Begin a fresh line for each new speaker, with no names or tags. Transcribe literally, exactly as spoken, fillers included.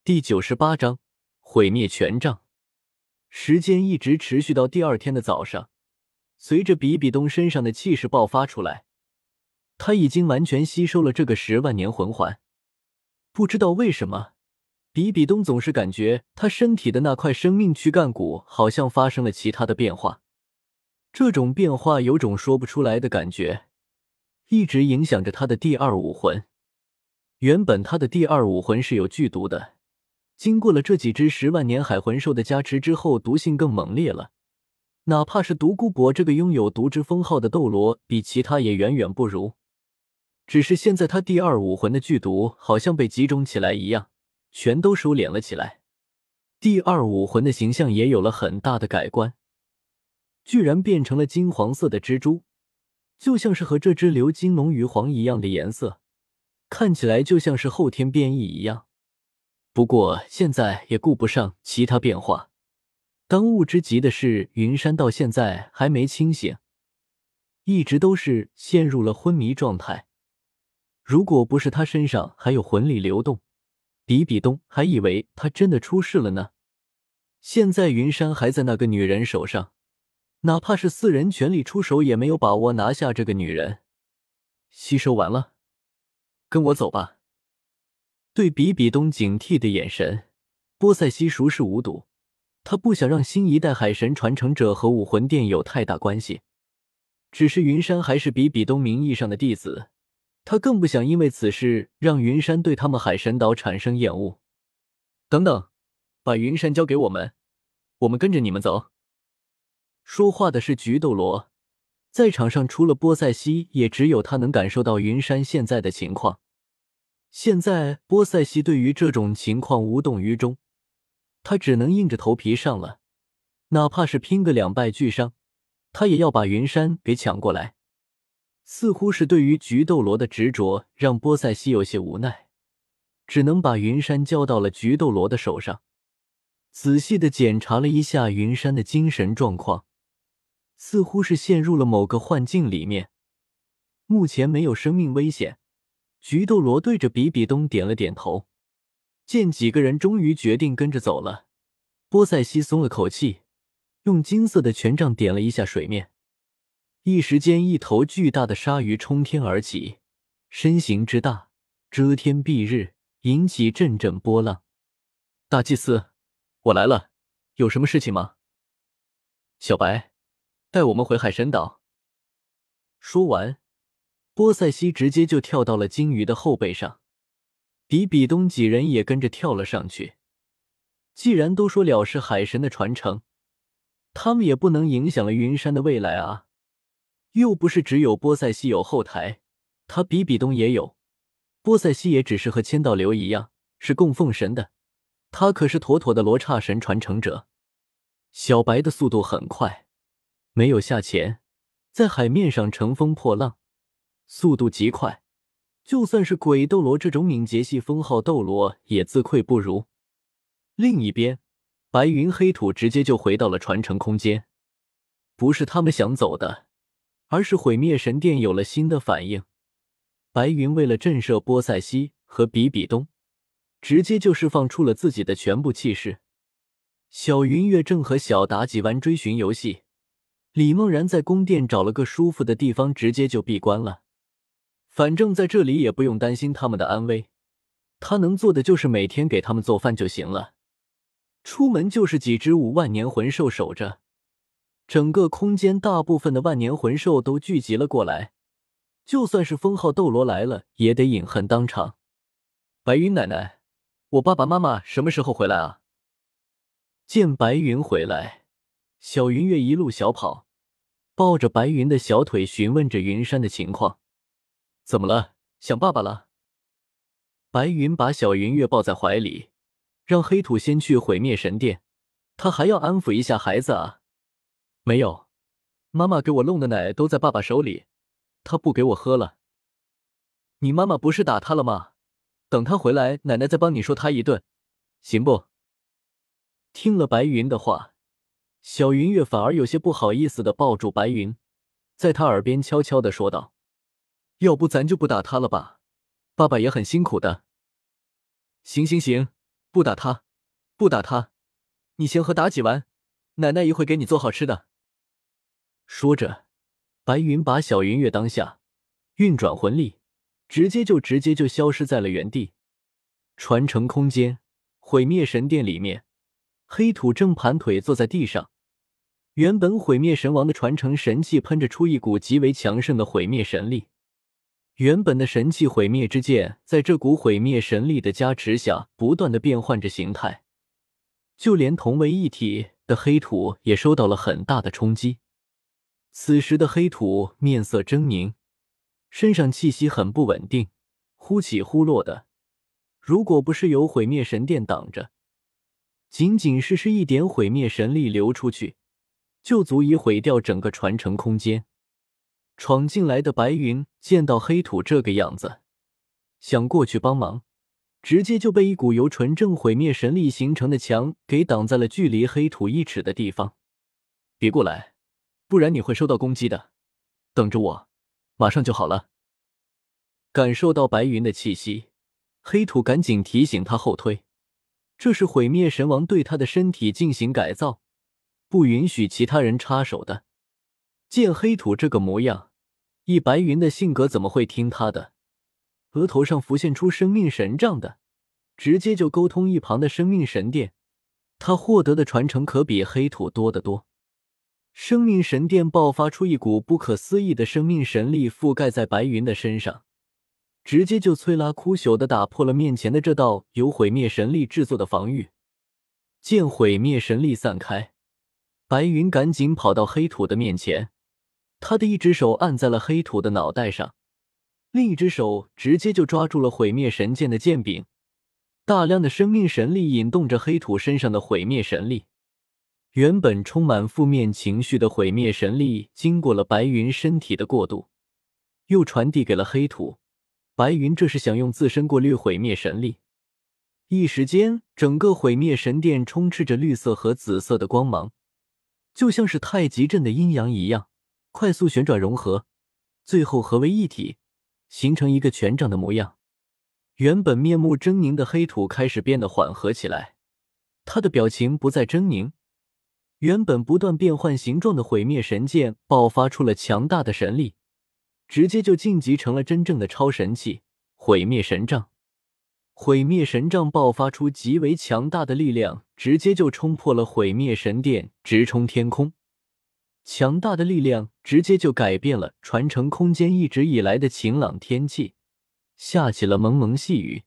第九十八章毁灭权杖。时间一直持续到第二天的早上，随着比比东身上的气势爆发出来，他已经完全吸收了这个十万年魂环。不知道为什么，比比东总是感觉他身体的那块生命躯干骨好像发生了其他的变化，这种变化有种说不出来的感觉，一直影响着他的第二武魂。原本他的第二武魂是有剧毒的，经过了这几只十万年海魂兽的加持之后，毒性更猛烈了。哪怕是独孤博这个拥有毒之封号的斗罗，比其他也远远不如。只是现在他第二武魂的剧毒好像被集中起来一样，全都收敛了起来。第二武魂的形象也有了很大的改观，居然变成了金黄色的蜘蛛，就像是和这只流金龙鱼黄一样的颜色，看起来就像是后天变异一样。不过现在也顾不上其他变化，当务之急的是云山到现在还没清醒，一直都是陷入了昏迷状态。如果不是他身上还有魂力流动，比比东还以为他真的出事了呢。现在云山还在那个女人手上，哪怕是四人全力出手也没有把握拿下这个女人。吸收完了，跟我走吧。对比比东警惕的眼神，波塞西熟视无睹。他不想让新一代海神传承者和武魂殿有太大关系。只是云山还是比比东名义上的弟子，他更不想因为此事让云山对他们海神岛产生厌恶。等等，把云山交给我们，我们跟着你们走。说话的是菊斗罗，在场上除了波塞西，也只有他能感受到云山现在的情况。现在波塞西对于这种情况无动于衷，他只能硬着头皮上了，哪怕是拼个两败俱伤，他也要把云山给抢过来。似乎是对于菊斗罗的执着让波塞西有些无奈，只能把云山交到了菊斗罗的手上。仔细地检查了一下云山的精神状况，似乎是陷入了某个幻境里面，目前没有生命危险。菊斗罗对着比比东点了点头，见几个人终于决定跟着走了，波塞西松了口气，用金色的权杖点了一下水面，一时间一头巨大的鲨鱼冲天而起，身形之大，遮天蔽日，引起阵阵波浪。大祭司，我来了，有什么事情吗？小白，带我们回海神岛。说完，波塞西直接就跳到了鲸鱼的后背上，比比东几人也跟着跳了上去。既然都说了是海神的传承，他们也不能影响了云山的未来啊。又不是只有波塞西有后台，他比比东也有。波塞西也只是和千道流一样，是供奉神的，他可是妥妥的罗刹神传承者。小白的速度很快，没有下潜，在海面上乘风破浪，速度极快，就算是鬼斗罗这种敏捷系封号斗罗也自愧不如。另一边，白云黑土直接就回到了传承空间。不是他们想走的，而是毁灭神殿有了新的反应。白云为了震慑波塞西和比比东，直接就释放出了自己的全部气势。小云月正和小妲己玩追寻游戏，李梦然在宫殿找了个舒服的地方，直接就闭关了。反正在这里也不用担心他们的安危，他能做的就是每天给他们做饭就行了。出门就是几只五万年魂兽守着，整个空间大部分的万年魂兽都聚集了过来，就算是封号斗罗来了也得饮恨当场。白云奶奶，我爸爸妈妈什么时候回来啊？见白云回来，小云月一路小跑，抱着白云的小腿询问着云山的情况。怎么了？想爸爸了？白云把小云月抱在怀里，让黑土先去毁灭神殿，他还要安抚一下孩子啊。没有，妈妈给我弄的奶都在爸爸手里，他不给我喝了。你妈妈不是打他了吗？等他回来，奶奶再帮你说他一顿，行不？听了白云的话，小云月反而有些不好意思地抱住白云，在他耳边悄悄地说道：要不咱就不打他了吧，爸爸也很辛苦的。行行行， 不打他，不打他，你先和妲己玩，奶奶一会给你做好吃的。说着，白云把小云跃当下，运转魂力，直接就直接就消失在了原地。传承空间，毁灭神殿里面，黑土正盘腿坐在地上。原本毁灭神王的传承神器喷着出一股极为强盛的毁灭神力。原本的神器毁灭之剑，在这股毁灭神力的加持下，不断的变换着形态。就连同为一体的黑土也受到了很大的冲击。此时的黑土面色狰狞，身上气息很不稳定，忽起忽落的。如果不是有毁灭神殿挡着，仅仅是是一点毁灭神力流出去，就足以毁掉整个传承空间。闯进来的白云见到黑土这个样子，想过去帮忙，直接就被一股由纯正毁灭神力形成的墙给挡在了距离黑土一尺的地方。别过来，不然你会受到攻击的，等着我，马上就好了。感受到白云的气息，黑土赶紧提醒他后退，这是毁灭神王对他的身体进行改造，不允许其他人插手的。见黑土这个模样，以白云的性格怎么会听他的？额头上浮现出生命神杖的，直接就沟通一旁的生命神殿。他获得的传承可比黑土多得多。生命神殿爆发出一股不可思议的生命神力，覆盖在白云的身上，直接就摧拉枯朽的打破了面前的这道由毁灭神力制作的防御。见毁灭神力散开，白云赶紧跑到黑土的面前，他的一只手按在了黑土的脑袋上，另一只手直接就抓住了毁灭神剑的剑柄。大量的生命神力引动着黑土身上的毁灭神力。原本充满负面情绪的毁灭神力，经过了白云身体的过渡，又传递给了黑土。白云这是想用自身过滤毁灭神力。一时间，整个毁灭神殿充斥着绿色和紫色的光芒，就像是太极阵的阴阳一样，快速旋转融合，最后合为一体，形成一个权杖的模样。原本面目狰狞的黑土开始变得缓和起来，他的表情不再狰狞。原本不断变换形状的毁灭神剑爆发出了强大的神力，直接就晋级成了真正的超神器毁灭神杖。毁灭神杖爆发出极为强大的力量，直接就冲破了毁灭神殿，直冲天空。强大的力量直接就改变了传承空间一直以来的晴朗天气，下起了蒙蒙细雨。